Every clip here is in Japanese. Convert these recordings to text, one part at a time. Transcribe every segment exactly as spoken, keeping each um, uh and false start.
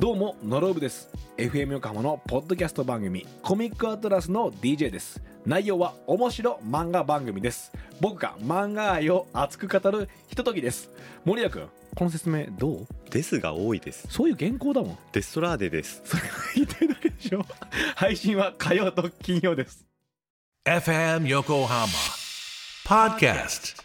どうもノロブです。 エフエム 横浜のポッドキャスト番組コミックアトラスの ディージェー です。内容は面白漫画番組です。僕が漫画愛を熱く語るひとときです。森谷君、この説明どう？ ですが多いです。 そういう原稿だもん。 デストラーデです。 それが言ってるだけでしょ。配信は火曜と金曜です。 エフエム 横浜 Podcast。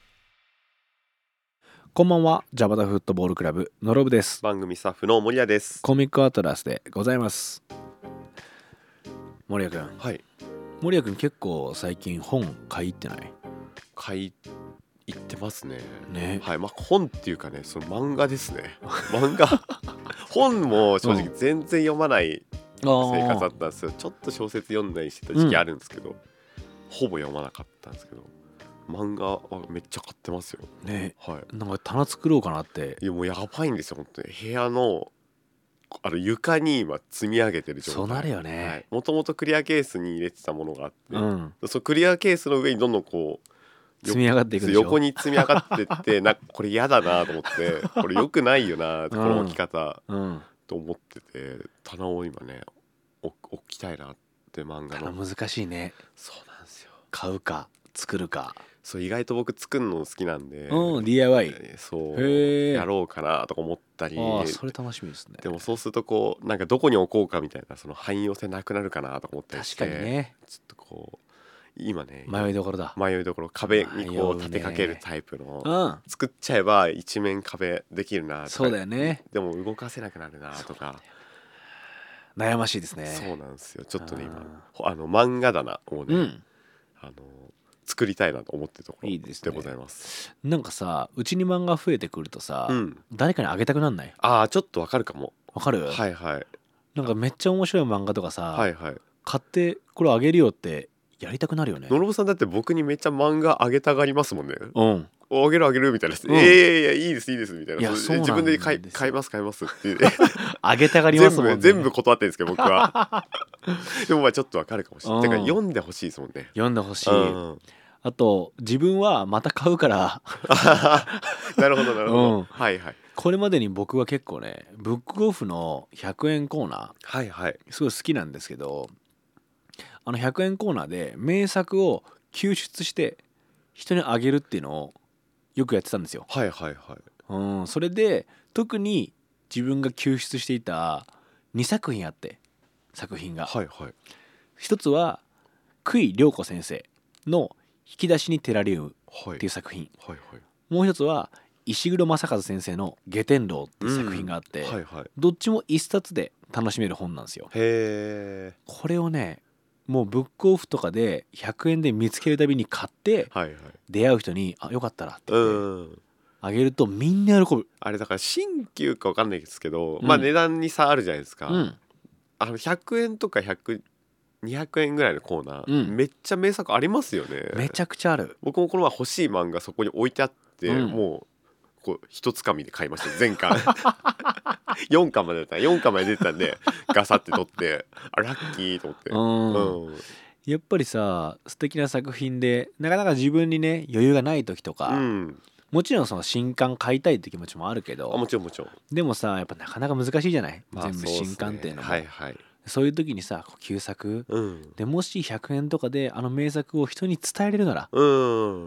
こんばんは。ジャパタフットボールクラブノロブです。 番組スタッフの森谷です。 コミックアトラスでございます。森谷君、 はい。 森谷君結構最近本買い入ってない？ 買い行ってますね。 ね。 はい。まあ本っていうかね、その漫画ですね。漫画本も正直全然読まない生活だったんですよ。ちょっと小説読んだりしてた時期あるんですけど、うん、ほぼ読まなかったんですけど、漫画はめっちゃ買ってますよね。 はい。 なんか棚作ろうかなって。 いやもうやばいんですよ本当に。部屋のあの床に今積み上げてる状態。 そうなるよね。 もともとクリアケースに入れてたものがあって、 うん、 そのクリアケースの上にどんどんこう積み上がっていくでしょ。 横に積み上がってってなんかこれ嫌だなと思ってこれ良くないよなこの置き方、うん、と思ってて、棚を今ね置きたいなって漫画の。 棚難しいね。 そうなんですよ。 買うか作るか。 そう意外と僕作るの好きなんで、 うん、ディーアイワイ、 そうやろうかなとか思ったり。 ああ、それ楽しみですね。 でもそうするとこうなんかどこに置こうかみたいなその汎用性なくなるかなとか思ったりして。 確かにね。 ちょっとこう今ね迷いどころだ。 迷いどころ。壁にこう立てかけるタイプの、 うん、 作っちゃえば一面壁できるなとか。 そうだよね。 でも動かせなくなるなとか。 悩ましいですね。 そうなんですよ。ちょっとね今あの漫画棚をね、うん、あの作りたいなと思ってるところでございます。 いいですね。なんかさ、うちに漫画増えてくるとさ、うん、誰かにあげたくなんない？ ああ、ちょっとわかるかも。 わかる？ はいはい。 なんかめっちゃ面白い漫画とかさ、 はいはい、 買ってこれあげるよってやりたくなるよね。 のろぶさんだって僕にめっちゃ漫画あげたがりますもんね。うん。あげるあげるみたいな、うん、えー、いやいいですいいですみたいな。いやそうなんですよ。自分で買い買います買いますってあげたがりますもんね。 全部全部断ってるんですけど僕は。でもまあちょっとわかるかもしれない。てか読んでほしいですもんね。 読んでほしい。あと自分はまた買うから。 なるほどなるほど、うん、はいはい。 これまでに僕は結構ねブックオフのひゃくえんコーナー、 はいはい、 すごい好きなんですけど、あのひゃくえんコーナーで名作を救出して人にあげるっていうのをよくやってたんですよ。 はいはいはい。 うん、それで特に自分が救出していたにさく品あって、作品が、 はいはい、 一つは久井涼子先生の引き出しにテラリウムっていう作品、 はいはいはい、 もう一つは石黒正和先生の下天楼っていう作品があって、うんはいはい、どっちも一冊で楽しめる本なんですよ。 へー。 これをねもうブックオフとかでひゃくえんで見つけるたびに買って、はいはい、出会う人にあよかったらって言ってあげるとみんな喜ぶ。 あれだから新旧か分かんないですけど、うん、まあ値段に差あるじゃないですか、うん、あのひゃくえんとかひゃく、にひゃくえんぐらいのコーナー、うん、めっちゃ名作ありますよね。 めちゃくちゃある。 僕もこの前欲しい漫画そこに置いてあって、うん、もうこう一つかみで買いました全巻。よんかんまでだったよんかんまで出てたんでガサって取ってあラッキーと思って、うんうん、やっぱりさ素敵な作品でなかなか自分にね余裕がない時とか、うん、もちろんその新刊買いたいって気持ちもあるけど、 あもちろんもちろんでもさやっぱなかなか難しいじゃない、まあ、全部新刊っていうのも、 はいはい、 そういう時にさ旧作、うん、でもしひゃくえんとかであの名作を人に伝えれるなら、うん、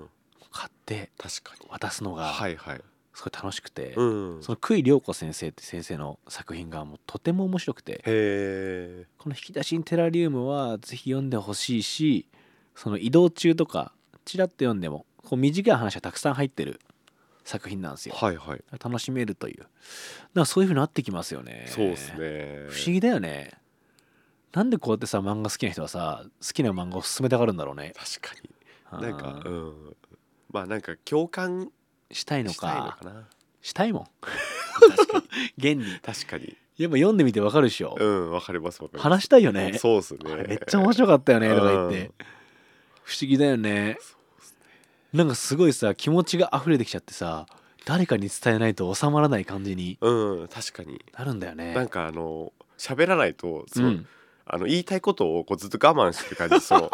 買って渡すのがすごい楽しくて、うん、その久井涼子先生って先生の作品がもうとても面白くて、へこの引き出しにテラリウムはぜひ読んでほしいし、その移動中とかちらっと読んでもこう短い話がたくさん入ってる作品なんですよ、はいはい、楽しめるという。だからそういう風になってきますよね。 そうですね。 不思議だよね。なんでこうやってさ漫画好きな人はさ好きな漫画を勧めたがるんだろうね。 確かになんか、うん、まあなんか共感したいのかしたいのかな。 したいもん。 確かに現に確かにやっぱ読んでみてわかるでしょ。 うんわかりますわかります。 話したいよね。 そうですね。 めっちゃ面白かったよねとか言って、うん、不思議だよね。そうですね。なんかすごいさ気持ちが溢れてきちゃってさ誰かに伝えないと収まらない感じにうん確かになるんだよね。 なんかあの喋らないとその、うん、あの言いたいことをこうずっと我慢してる感じ。その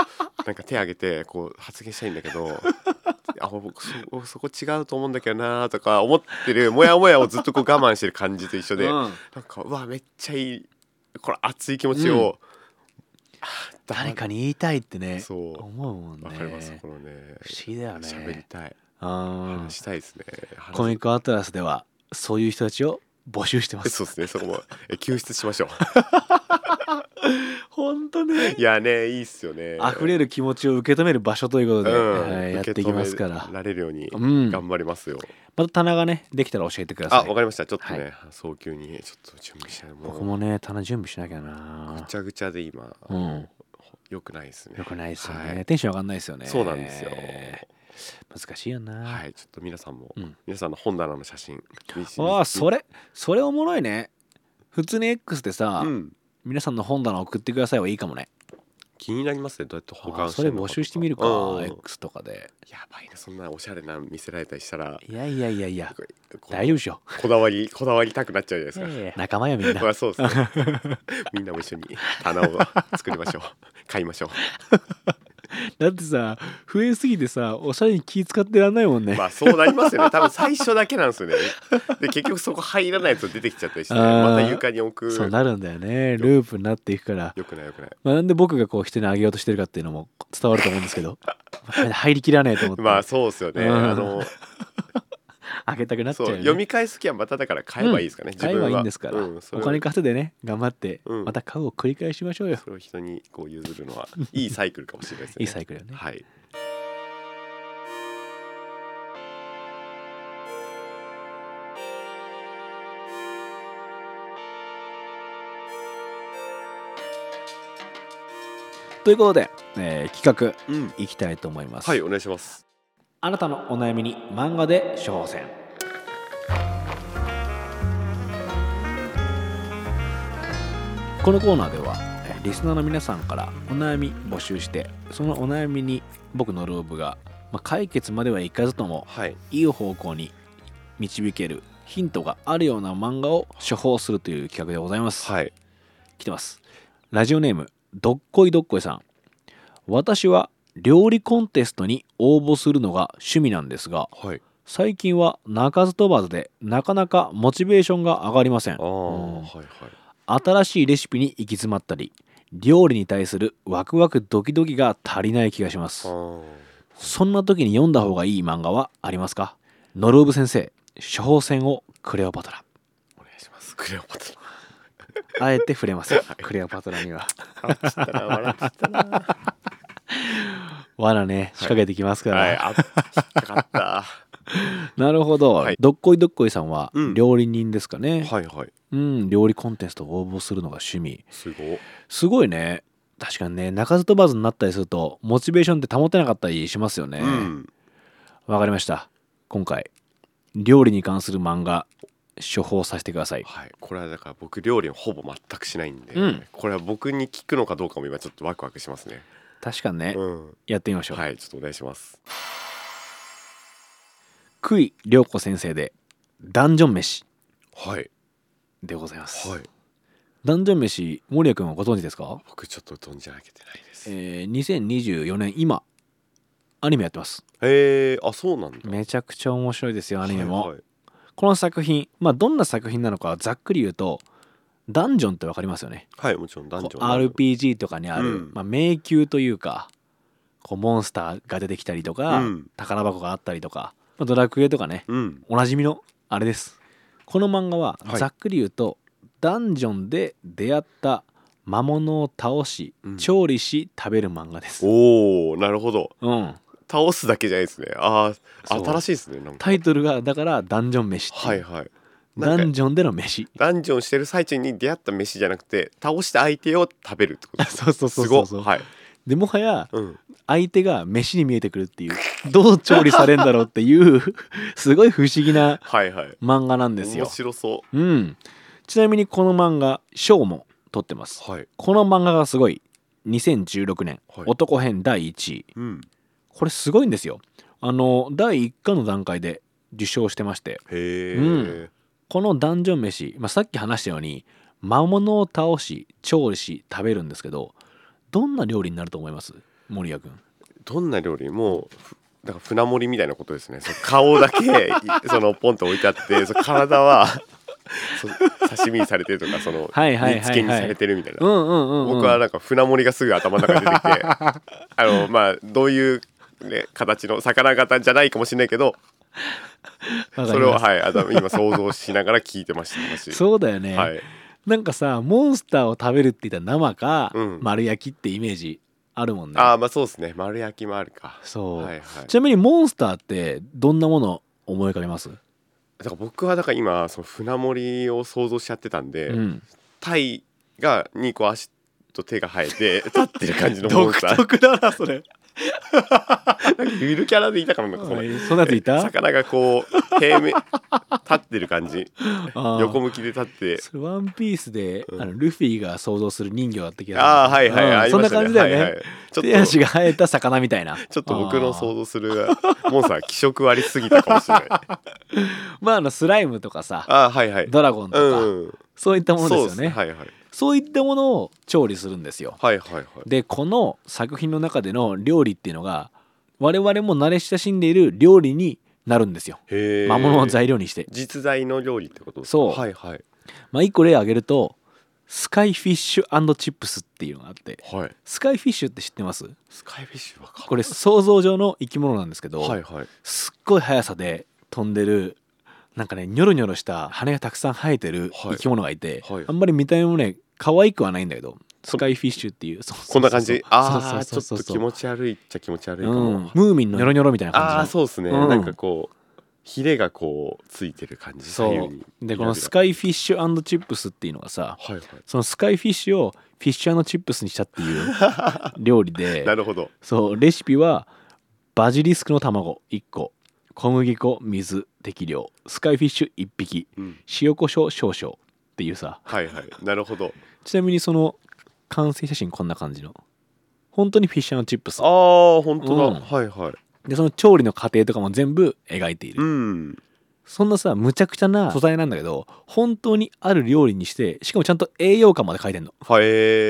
なんか手挙げてこう発言したいんだけどあ僕 そ, そこ違うと思うんだけどなとか思ってるモヤモヤをずっとこう我慢してる感じと一緒で、うん、なんかうわめっちゃいいこれ熱い気持ちを、うん、 誰かに言いたいってねそう思うもんね。 わかりますこのね不思議だよね。 喋りたいあ話したいですね。 コミックアトラスではそういう人たちを募集してます。 そうですねそこも救出しましょう本当ねいやねいいっすよね溢れる気持ちを受け止める場所ということで、うんはい、やっていきますから受け止められるように頑張りますよ、うん、 また棚がねできたら教えてください。 あわかりましたちょっとね、はい、早急にちょっと準備しないもう僕もね棚準備しなきゃな。 ぐちゃぐちゃで今、うん、よくないですね。 よくないですよね、はい、テンション上がんないですよね。 そうなんですよ難しいよな。 はいちょっと皆さんも、うん、皆さんの本棚の写真ああそれそれおもろいね。普通に X でさ、うん、皆さんの本棚送ってくださいはいいかもね。 気になりますねどうやって保管してるのかとか。それ募集してみるか、うん、X とかで。 やばいねそんなおしゃれな見せられたりしたら。 いやいやいやいや大丈夫でしょ。 こだわりこだわりたくなっちゃうじゃないですか。 いやいや仲間よみんな、 まあ、そうですねみんなも一緒に棚を作りましょう買いましょうだってさ増えすぎてさおしゃれに気使ってらんないもんね。 まあそうなりますよね多分最初だけなんですよねで結局そこ入らないやつ出てきちゃったりして、ね、また床に置く。 そうなるんだよねループになっていくからよくないよくない、 まあ、なんで僕がこう人にあげようとしてるかっていうのも伝わると思うんですけど入りきらないと思ってまあそうですよねあのあげたくなっちゃうよね。 読み返す気はまただから買えばいいですかね、うん、 自分は買えばいいんですから、うん、お金稼いでね頑張ってまた買うを繰り返しましょうよ、うん、 それを人にこう譲るのはいいサイクルかもしれないですねいいサイクルよね。 はいということで、えー、企画、うん、いきたいと思います。 はいお願いします。 あなたのお悩みに漫画で処方箋。このコーナーではリスナーの皆さんからお悩み募集してそのお悩みに僕のローブが、まあ、解決まではいかずとも、はい、いい方向に導けるヒントがあるような漫画を処方するという企画でございます。 はい、 来てます。ラジオネームどっこいどっこいさん。私は料理コンテストに応募するのが趣味なんですが、はい、最近は鳴かず飛ばずでなかなかモチベーションが上がりません。あ、うんはいはい、新しいレシピに行き詰まったり料理に対するワクワクドキドキが足りない気がします。そんな時に読んだ方がいい漫画はありますか？ノルオブ先生処方箋をクレオパトラ。 お願いします。クレオパトラあえて触れません、はい、クレオパトラには笑っちゃったな笑っちゃったな罠ね仕掛けてきますから、 はいはい、あ引っかかったなるほど、はい、どっこいどっこいさんは料理人ですかね、 うん、はいはい、 うん、料理コンテストを応募するのが趣味。 すごいすごいね。確かにね鳴かず飛ばずになったりするとモチベーションって保てなかったりしますよね。わ、うん、かりました。今回料理に関する漫画処方させてください。 はい、これはだから僕料理をほぼ全くしないんで、うん、これは僕に聞くのかどうかも今ちょっとワクワクしますね。 確かにね、うん、やってみましょう。 はいちょっとお願いします。 久井涼子先生でダンジョン飯はいでございます。 はい、 ダンジョン飯森谷君はご存知ですか？ 僕ちょっと存じ上げてないです。 えー、にせんにじゅうよねん今アニメやってます。 へえー、あそうなんだ。 めちゃくちゃ面白いですよアニメも、はいはい、この作品まあどんな作品なのかざっくり言うとダンジョンってわかりますよね。 はいもちろんダンジョンアールピージー とかにある、うんまあ、迷宮というかこうモンスターが出てきたりとか、うん、宝箱があったりとか、まあ、ドラクエとかね、うん、おなじみのあれです。この漫画はざっくり言うと、はい、ダンジョンで出会った魔物を倒し、うん、調理し食べる漫画です。 おーなるほど、 うん、 倒すだけじゃないですね。ああ新しいですね。なんかタイトルがだからダンジョン飯っていう、はいはい、ダンジョンでの飯。 ダンジョンしてる最中に出会った飯じゃなくて倒した相手を食べるってことです。 そうそうそうそうそう、 はい、 でもはや、うん、相手が飯に見えてくるっていうどう調理されるんだろうっていうすごい不思議な漫画なんですよ。 面白そう、 うん、ちなみにこの漫画賞も取ってます、はい、この漫画がすごいにせんじゅうろくねん、はい、男編だいいちい、うん、これすごいんですよ。あのだいいっかの段階で受賞してまして、 へー、 うん、このダンジョン飯、まあ、さっき話したように魔物を倒し調理し食べるんですけどどんな料理になると思います？ 森谷君。 どんな料理もだから船盛りみたいなことですね。そ顔だけそのポンと置いてあってそ体は刺身にされてるとかその煮付けにされてるみたいな。僕はなんか船盛りがすぐ頭の中に出てきてあのまあどういう、ね、形の魚型じゃないかもしれないけどそれを、はい、あ今想像しながら聞いてましたそうだよね、はい、なんかさモンスターを食べるって言ったら生か、うん、丸焼きってイメージあるもんね。 ああまあそうですね。丸焼きもあるか。 そう、はいはい、ちなみにモンスターってどんなもの思い浮かべます？ だから僕はだから今その船盛りを想像しちゃってたんで、うん、タイがにこ足と手が生えて立ってる感じのモンスター独特だなそれなんかゆるキャラでいたかも。なんかそのそんなやついた？ 魚がこう平面立ってる感じ横向きで立ってそれワンピースで、うん、あのルフィが想像する人魚だった気がする。 ああはいはい、うん、 そんな感じだよね、はいはい、手足が生えた魚みたいな。 ちょっと僕の想像するモンスター気色ありすぎたかもしれないまああのスライムとかさあ、はいはい、 ドラゴンとか、うん、そういったものですよね。 はいはい、 そういったものを調理するんですよ。 はいはいはい、 でこの作品の中での料理っていうのが我々も慣れ親しんでいる料理になるんですよ。魔物を材料にして実在の料理ってことですか？ そう、 はいはい、 まあ一個例挙げるとスカイフィッシュ&チップスっていうのがあって、はい、スカイフィッシュって知ってます？ スカイフィッシュわかんない。 これ想像上の生き物なんですけど、 はいはい、 すっごい速さで飛んでるなんかねニョロニョロした羽がたくさん生えてる生き物がいて、はいはい、あんまり見た目もね可愛くはないんだけどスカイフィッシュっていうそうそうそうそうこんな感じ。ああちょっと気持ち悪いっちゃ気持ち悪いかも、うん、 ムーミンのニョロニョロみたいな感じの。 ああそうですね、うん、なんかこうヒレがこうついてる感じ。 そうでこのスカイフィッシュ&チップスっていうのがさ、はいはい、そのスカイフィッシュをフィッシュ&チップスにしたっていう料理でなるほど。 そうレシピはバジリスクの卵いっこ小麦粉水適量スカイフィッシュいっぴき、うん、塩コショウ少々っていうさ。 はいはいなるほど。 ちなみにその完成写真こんな感じの本当にフィッシュ&チップス。 ああ本当だ、うん、はいはい。 でその調理の過程とかも全部描いている、うん、そんなさむちゃくちゃな素材なんだけど本当にある料理にしてしかもちゃんと栄養価まで書いてんの。 はい、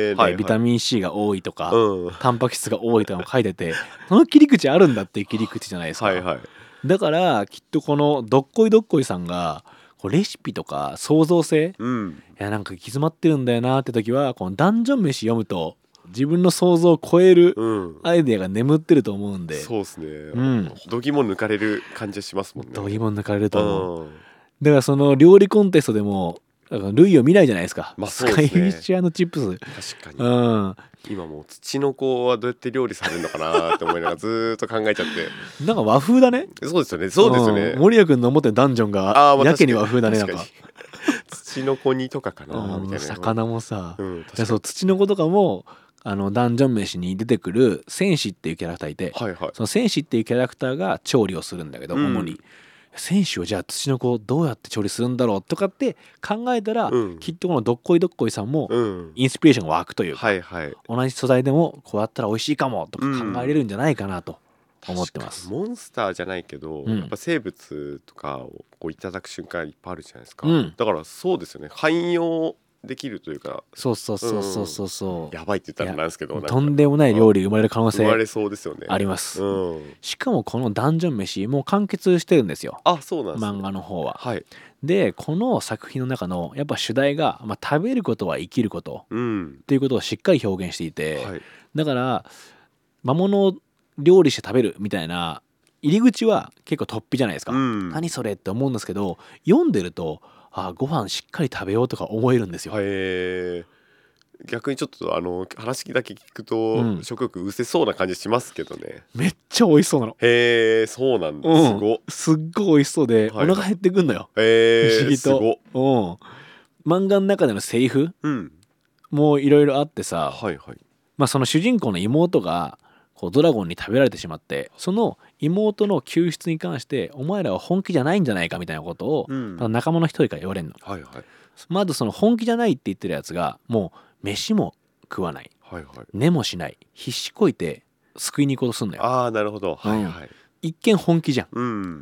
はい、 ビタミン C が多いとか、うん、タンパク質が多いとかも書いててその切り口あるんだっていう切り口じゃないですか。はいはい、だからきっとこのどっこいどっこいさんがこうレシピとか創造性、うん、いやなんか行き詰まってるんだよなって時はこのダンジョン飯読むと自分の想像を超えるアイデアが眠ってると思うんで、 うん、そうですね、うん、どぎも抜かれる感じがしますもんね。 どぎも抜かれると思う、うん、だからその料理コンテストでも類を見ないじゃないですか、まあそうですね、スカイフィッシュ&チップス。確かに、うん、今もう土の子はどうやって料理されるのかなって思いながらずっと考えちゃってなんか和風だね。 そうですよねそうですよね、うん、 森谷君の思ってるダンジョンがやけに和風だね。なんか土の子にとかかなみたいな。 魚もさ、うん、そう土の子とかもあのダンジョン飯に出てくる戦士っていうキャラクターいて、はいはい、その戦士っていうキャラクターが調理をするんだけど、うん、主に戦士をじゃあ土の子をどうやって調理するんだろうとかって考えたら、うん、きっとこのどっこいどっこいさんもインスピレーションが湧くというか、うんはいはい、同じ素材でもこうやったら美味しいかもとか考えれるんじゃないかなと思ってます、 うん、モンスターじゃないけど、うん、やっぱ生物とかをこういただく瞬間いっぱいあるじゃないですか、うん、だからそうですよね汎用できるというか。 そうそうそうそうそうそう、 うん、やばいって言ったらなんですけどとんでもない料理生まれる可能性生まれそうですよね。 あります、うん、しかもこのダンジョン飯もう完結してるんですよ。 あそうなんです、ね、 漫画の方は、 はい、 でこの作品の中のやっぱ主題が、まあ、食べることは生きること、うん、っていうことをしっかり表現していて、はい、だから魔物を料理して食べるみたいな入り口は結構突飛じゃないですか、うん、何それって思うんですけど読んでるとあご飯しっかり食べようとか思えるんですよ。 へー、逆にちょっとあの話だけ聞くと、うん、食欲うせそうな感じしますけどね。 めっちゃ美味しそうなの。 へーそうなんだ、うん、すごすっごい美味しそうで、はい、お腹減ってくんのよ。へー不思議とすご、うん、漫画の中でのセリフ、うん、もういろいろあってさ、はいはい、まあ、その主人公の妹がこうドラゴンに食べられてしまってその妹の救出に関してお前らは本気じゃないんじゃないかみたいなことを、うん、仲間の一人から言われるの、はいはい、まずその本気じゃないって言ってるやつがもう飯も食わない、はいはい、寝もしない必死こいて救いに行こうとすんのよ。 ああなるほど、はいはい、 一見本気じゃん、うん、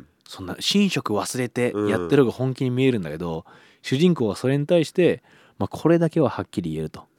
そんな寝食忘れてやってる方が本気に見えるんだけど、うん、主人公はそれに対して、まあ、これだけははっきり言えると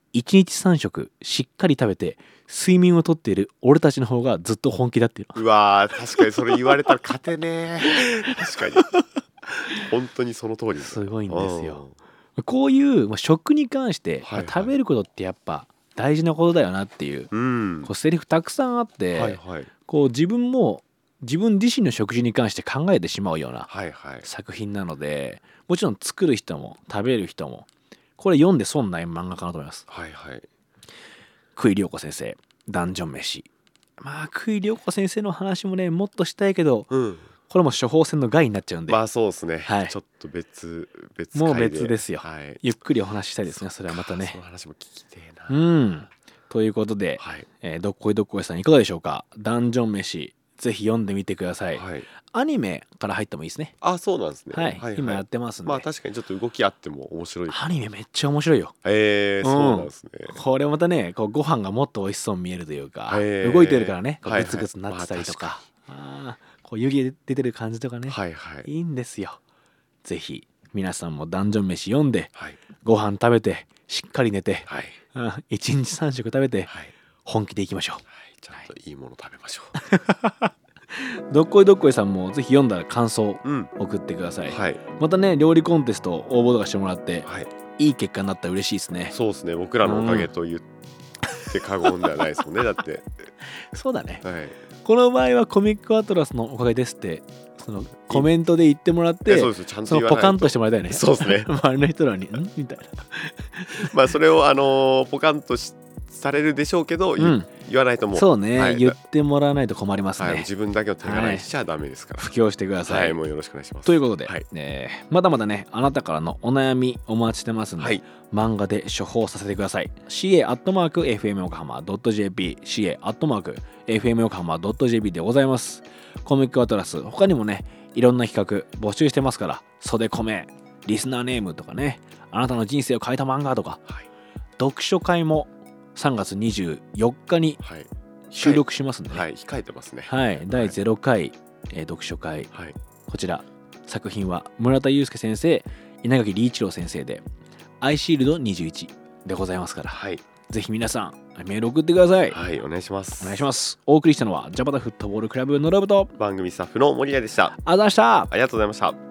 いちにちさん食しっかり食べて睡眠をとっている俺たちの方がずっと本気だっていうの。うわー、確かにそれ言われたら勝てねー確かに本当にその通りです。 すごいんですよ。こういう食に関して、はいはい、食べることってやっぱ大事なことだよなっていう、うん、こうセリフたくさんあって、はいはい、こう自分も自分自身の食事に関して考えてしまうような作品なので、はいはい、もちろん作る人も食べる人もこれ読んで損ない漫画かなと思います。はいはい、久井涼子先生ダンジョン飯。まあ久井涼子先生の話もねもっとしたいけど、うん、これも処方箋の害になっちゃうんで、 まあそうですね、はい、ちょっと別別もう別ですよ、はい、ゆっくりお話ししたいですね。それはまたね、 その話も聞きてえな。 うんということで、はい、えー、どっこいどっこいさんいかがでしょうか。ダンジョン飯ぜひ読んでみてください、はい、アニメから入ってもいいですね。 あ、そうなんですね、 はいはいはい、今やってますんで。 まあ確かにちょっと動きあっても面白い。 アニメめっちゃ面白いよ。 えー、うん、そうなんですね。 これまたねこうご飯がもっと美味しそうに見えるというか、えー、動いてるからねこうグツグツなってたりとか、はいはい、まあ、あこう湯気出てる感じとかね、はいはい、いいんですよ。ぜひ皆さんもダンジョン飯読んで、はい、ご飯食べてしっかり寝て、はい、うん、いちにちさん食食べて、はい、本気でいきましょう、はい、 ちゃんといいもの食べましょうどっこいどっこいさんもぜひ読んだら感想送ってください、うん、はい、またね料理コンテスト応募とかしてもらって、はい、いい結果になったら嬉しいですね。 そうですね、僕らのおかげと言って過言ではないですもんね、うん、だってそうだね、はい、この場合はコミックアトラスのおかげですってそのコメントで言ってもらって、そうです、ちゃんと言わないと、そのポカンとしてもらいたいね。 そうですね周りの人らにんみたいなまあそれをあのー、ポカンとしされるでしょうけど、うん、言わないともうそうね、はい、言ってもらわないと困りますね、はい、 自分だけを手柄にしちゃダメですから、 布教してください。 はい、もうよろしくお願いします。 ということで、はい、えー、まだまだねあなたからのお悩みお待ちしてますんで、はい、漫画で処方させてください。 シーエー アットマーク エフエム 横浜 .jp シーエー アットマーク エフエム 横浜 .jp でございます。コミックアトラス他にもねいろんな企画募集してますから、袖コメリスナーネームとかね、あなたの人生を変えた漫画とか、はい、読書会もさんがつにじゅうよっかに収録しますんで、ね、 はい、控えてますね。 はい、だいゼロかい、えー、読書会、はい、こちら作品は村田祐介先生、稲垣理一郎先生でアイシールドにじゅういちでございますから、はい、ぜひ皆さんメール送ってください。 はい、お願いします。 お願いします。お送りしたのはジャパタフットボールクラブのロブと番組スタッフの森谷でした。 ありがとうございました。 ありがとうございました。